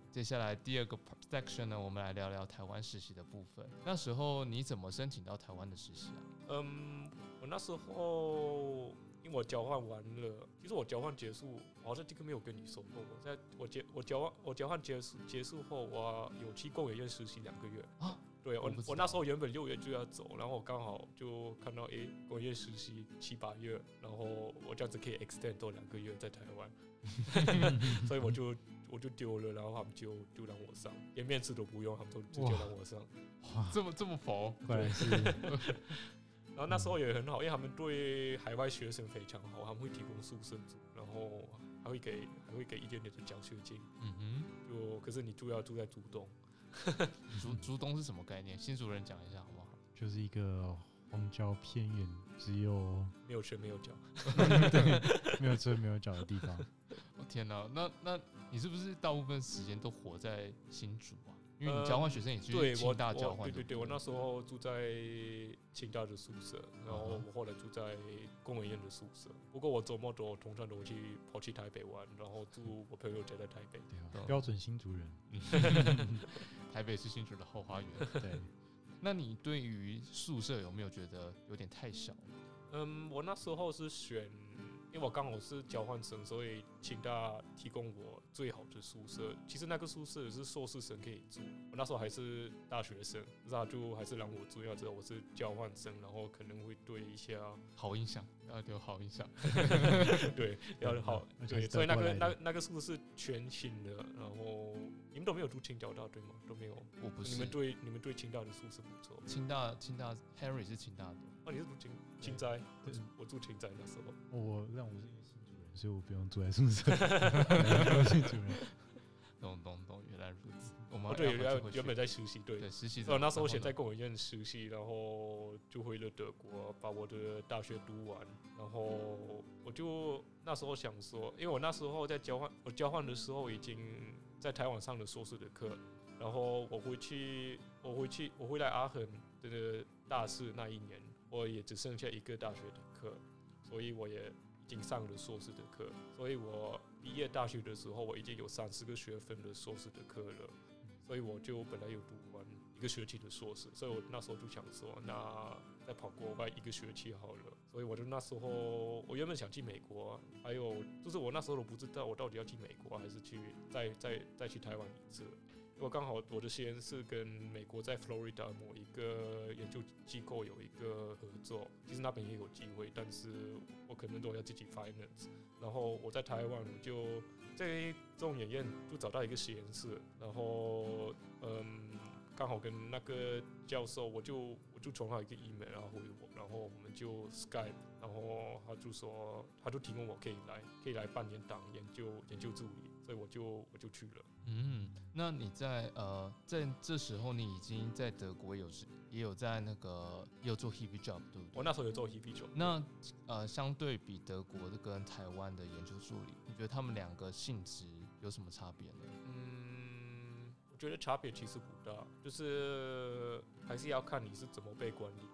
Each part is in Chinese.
接下来第二个 section 呢，我们来聊聊台湾实习的部分。那时候你怎么申请到台湾的实习啊？ 我那时候因为我交换完了，其实我交换结束，我好像这个没有跟你说过。我交换结束后，我有去公务员实习2个月啊。对，我那时候原本6月就要走，然后我刚好就看到公务员实习7、8月，然后我这样子可以 extend 多2个月在台湾，所以我就丢了，然后他们就让我上，连面试都不用，他们就直接让我上。 哇，这么佛， 对是。 然后那时候也很好，因为他们对海外学生非常好，他们会提供宿舍住，然后还会给一点点的奖学金。可是你要住在竹东。 竹东是什么概念？新竹人讲一下好不好？ 就是一个荒郊偏远，只有没有车没有脚， 对，没有车没有脚的地方。 我天哪，那你是不是大部分时间都活在新竹啊？因为你交换学生也去清大交换。 对，我那时候住在清大的宿舍，然后我后来住在工研院的宿舍。不过我周末通常都跑去台北玩，然后住我朋友家在台北。 对啊，标准新竹人。 台北是新竹的后花园。 对。 那你对于宿舍有没有觉得有点太小了？ 我那时候是选，因为我刚好是交换生，所以清大提供我最好的宿舍。其实那个宿舍是硕士生可以住，我那时候还是大学生，他就还是让我住，要知道我是交换生，然后可能会对一下好印象，要留好印象。 对，要好，对，所以那个宿舍是全新的。然后你们都没有住清交大对吗？都没有， 我不是。 你们对清大的宿舍不错。 清大 Henry 是清大的。 哦，你是住清斋？我住清斋那时候。 我是一个新竹人，所以我不用住在宿舍。我新竹人。 懂，原来如此。我们对原本在实习，对实习。 那时候我先在工研院实习，然后就回了德国，把我的大学读完。然后我就那时候想说，因为我那时候在交换的时候已经在台湾上了硕士的课，然后我回来阿恒的大四那一年，我也只剩下1个大学的课，所以我也已经上了硕士的课，所以我毕业大学的时候，我已经有30个学分的硕士的课了，所以我就本来有读完1个学期的硕士，所以我那时候就想说，那再跑国外1个学期好了，所以我就那时候我原本想去美国，还有就是我那时候都不知道我到底要去美国还是再去台湾一次。因为刚好我的实验室跟美国在 Florida 某一个研究机构有一个合作，其实那边也有机会，但是我可能都要自己 finance。然后我在台湾，我就在中研院就找到一个实验室，然后刚好跟那个教授，我就传他一个 email， 然后回我，然后我们就 Skype， 然后他就提供我可以来半年当研究助理，所以我就去了。 那你在这时候你已经在德国也有在也有做 Hebe job 对不对？ 我那时候有做 Hebe job。 那相对比德国的跟台湾的研究助理，你觉得他们2个性质有什么差别呢？ 我觉得差别其实不大，就是还是要看你是怎么被管理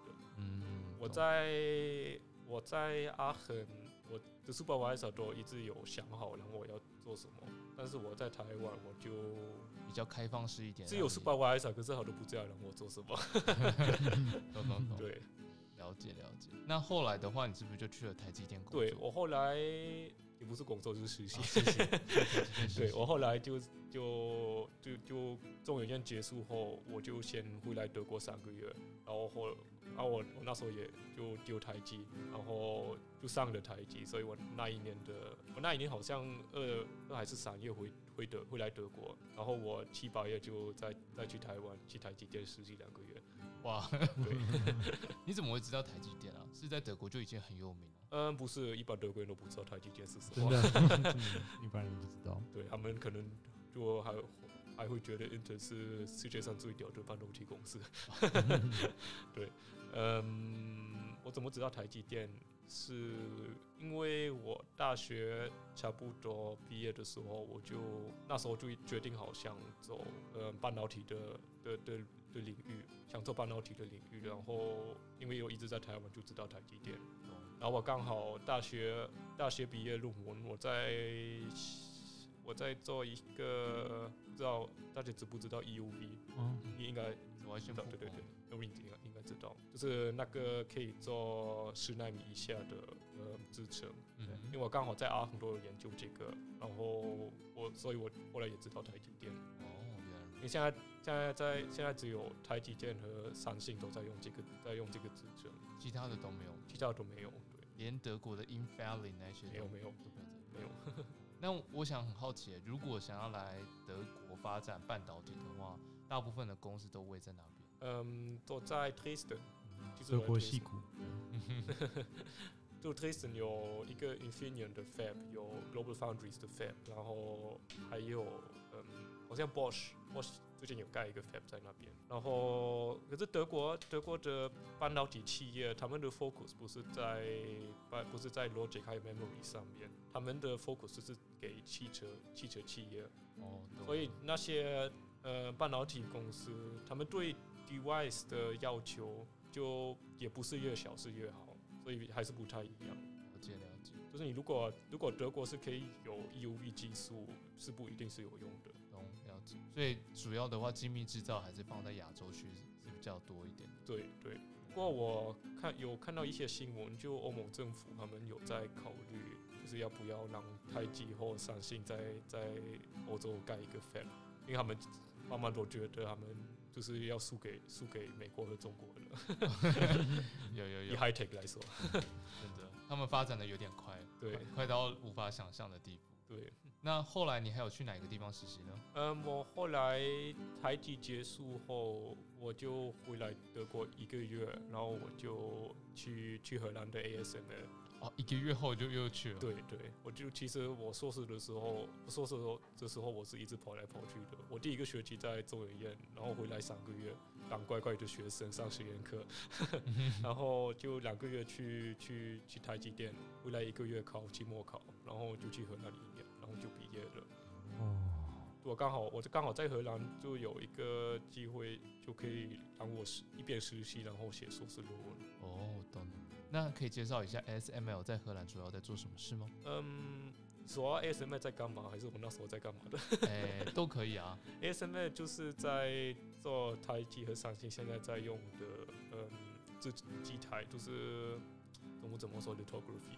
的。我在阿恒，我的 supervisor 都一直有想好，然后我要做什么。但是我在台湾，我就比较开放式一点， 是有 supervisor， 可是他都不知道让我做什么。 懂。 对， 了解。那后来的话，你是不是就去了台积电工作？ 对，我后来也不是工作，就是实习。对，我后来就中研院结束后，我就先回来德国3个月，然后我那时候也就丢台积，然后就上了台积，所以我那一年好像2还是3月回来德国，然后我7、8月就再去台湾去台积电实习2个月。 哇， 对， 你怎么会知道台积电啊？是在德国就已经很有名了？ 不是，一般德国人都不知道台积电是什么， 真的，一般人不知道。 对，他们可能就还会觉得 Intel 是世界上最屌的半导体公司。对，我怎么知道台积电？是因为我大学差不多毕业的时候，那时候就决定好想走半导体的领域，想做半导体的领域。然后因为我一直在台湾，就知道台积电。然后我刚好大学毕业论文，我在我在做一个，不知道大家知不知道 EUV？你应该紫外线曝光， 对应该知道，就是那个可以做10奈米以下的制程。因为我刚好在阿恒都有研究这个，然后所以我后来也知道台积电。因为现在只有台积电和三星都在用这个制程， 其他的都没有， 对， 连德国的 Infineon 那些没有， 没有。那我想很好奇，如果想要来德国发展半导体的话，大部分的公司都位在哪边？ 都在 Dresden， 德国矽谷。 就 Dresden 有一个 Infineon 的 Fab， 有 Global Foundries 的 Fab， 然后还有好像 Bosch 最近有盖一个 Fab 在那边。然后可是德国的半导体企业，他们的 focus 不是在 logic 还有 memory 上面，他们的 focus 是给汽车企业。所以那些半导体公司，他们对 device 的要求就也不是越小是越好，所以还是不太一样。 了解。 就是你如果德国是可以有 EUV 技术，是不一定是有用的。 了解。所以主要的话，精密制造还是放在亚洲区是比较多一点。 对。不过我有看到一些新闻，就欧盟政府他们有在考虑，就是要不要让台积或三星在欧洲盖一个 Fab， 因为他们慢慢都觉得他们就是要输给美国和中国了。 有以 high tech 来说， 真的，他们发展的有点快， 对， 快到无法想象的地步。 对。 那后来你还有去哪个地方实习呢？ 我后来台积结束后，我就回来德国1个月，然后我就去荷兰的 ASML。 1个月后就又去了。 对，其实我硕士的时候我是一直跑来跑去的。我第1个学期在中研院，然后回来3个月当乖乖的学生上实验课，然后就2个月去台积电，回来1个月考期末考，然后就去荷兰1年，然后就毕业了。我刚好在荷兰就有一个机会，就可以当我一边实习，然后写硕士论文。 懂。那可以介绍一下 ASML 在荷兰主要在做什么事吗？ 说 ASML 在干嘛，还是我那时候在干嘛的？ 都可以啊。 ASML 就是在做台积和三星现在在用的这机台，就是怎么说 lithography。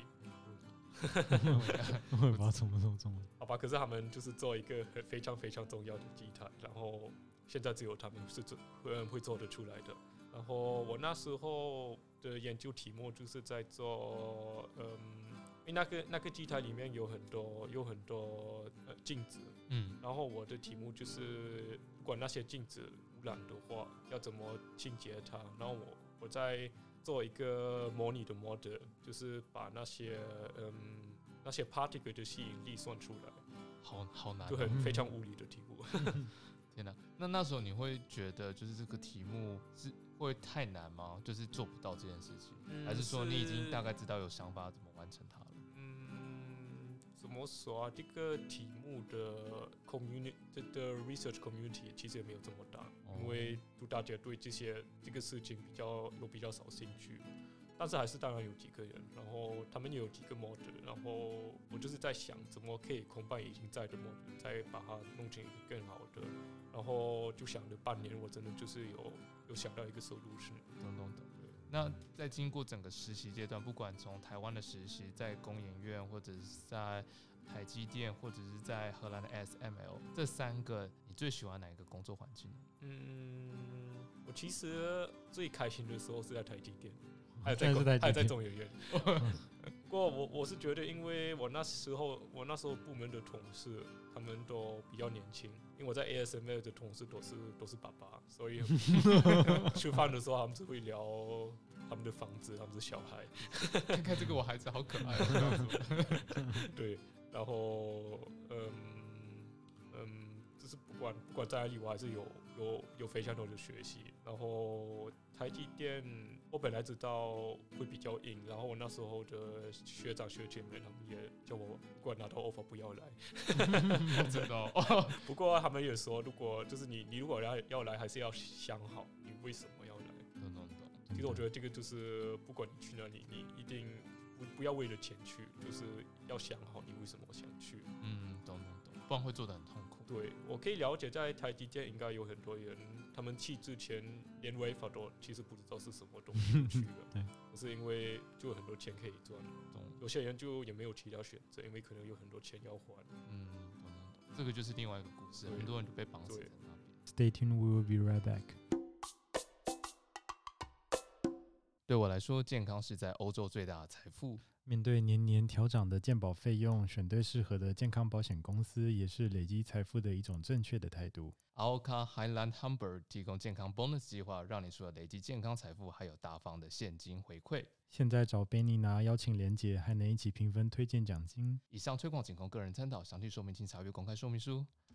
我也不知道怎么说中文。 好吧，可是他们就是做一个非常非常重要的机台，然后现在只有他们是会做得出来的。然后我那时候的研究题目就是在做，因为那个机台里面有很多镜子，然后我的题目就是如果那些镜子污染的话，要怎么清洁它。然后我在做一个模拟的 model， 就是把那些 particle 的吸引力算出来。 好难， 就非常物理的题目。 天哪，那时候你会觉得就是这个题目是会太难吗？就是做不到这件事情，还是说你已经大概知道有想法怎么完成它了？ 怎么说啊？这个题目的 research community 其实也没有这么大，因为大家对这个事情比较少兴趣。但是还是当然有几个人，然后他们也有几个 model， 然后我就是在想怎么可以combine已经在的 model， 再把它弄成一个更好的，然后就想了半年，我真的就是有想到一个 solution。 懂。那在经过整个实习阶段，不管从台湾的实习，在工研院，或者是在台积电，或者是在荷兰的 ASML， 这3个你最喜欢哪一个工作环境？ 我其实最开心的时候是在台积电。还有在中研院。不过我是觉得，因为我那时候部门的同事他们都比较年轻，因为我在 ASML 的同事都是爸爸，所以吃饭的时候他们只会聊他们的房子、他们的小孩。 看这个我孩子好可爱。 对，然后就是不管在哪里，我还是有非常多的学习。然后台积电，我本来知道会比较硬，然后我那时候的学长学姐们他们也叫我，不管拿到 offer 不要来。 真的哦。 不过他们也说，如果就是你如果要来，还是要想好你为什么要来。 懂。 其实我觉得这个就是不管你去哪里，你一定不要为了钱去，就是要想好你为什么想去。 懂。 不然会做得很痛苦。 对，我可以了解，在台积电应该有很多人，他们去之前连 wafer 都其实不知道是什么东西就去了， 对， 可是因为就有很多钱可以赚，有些人就也没有其他选择，因为可能有很多钱要还。 懂，这个就是另外一个故事，很多人就被绑死在那边。 Stay tuned, we will be right back. 对我来说，健康是在欧洲最大的财富。 面对年年调涨的健保费用，选对适合的健康保险公司，也是累积财富的一种正确的态度。 AOKA Highland Humber 提供健康 bonus 计划，让你除了累积健康财富，还有大方的现金回馈。 现在找贝妮拿邀请连结，还能一起平分推荐奖金。 以上推广仅供个人参考，详细说明请查阅公开说明书。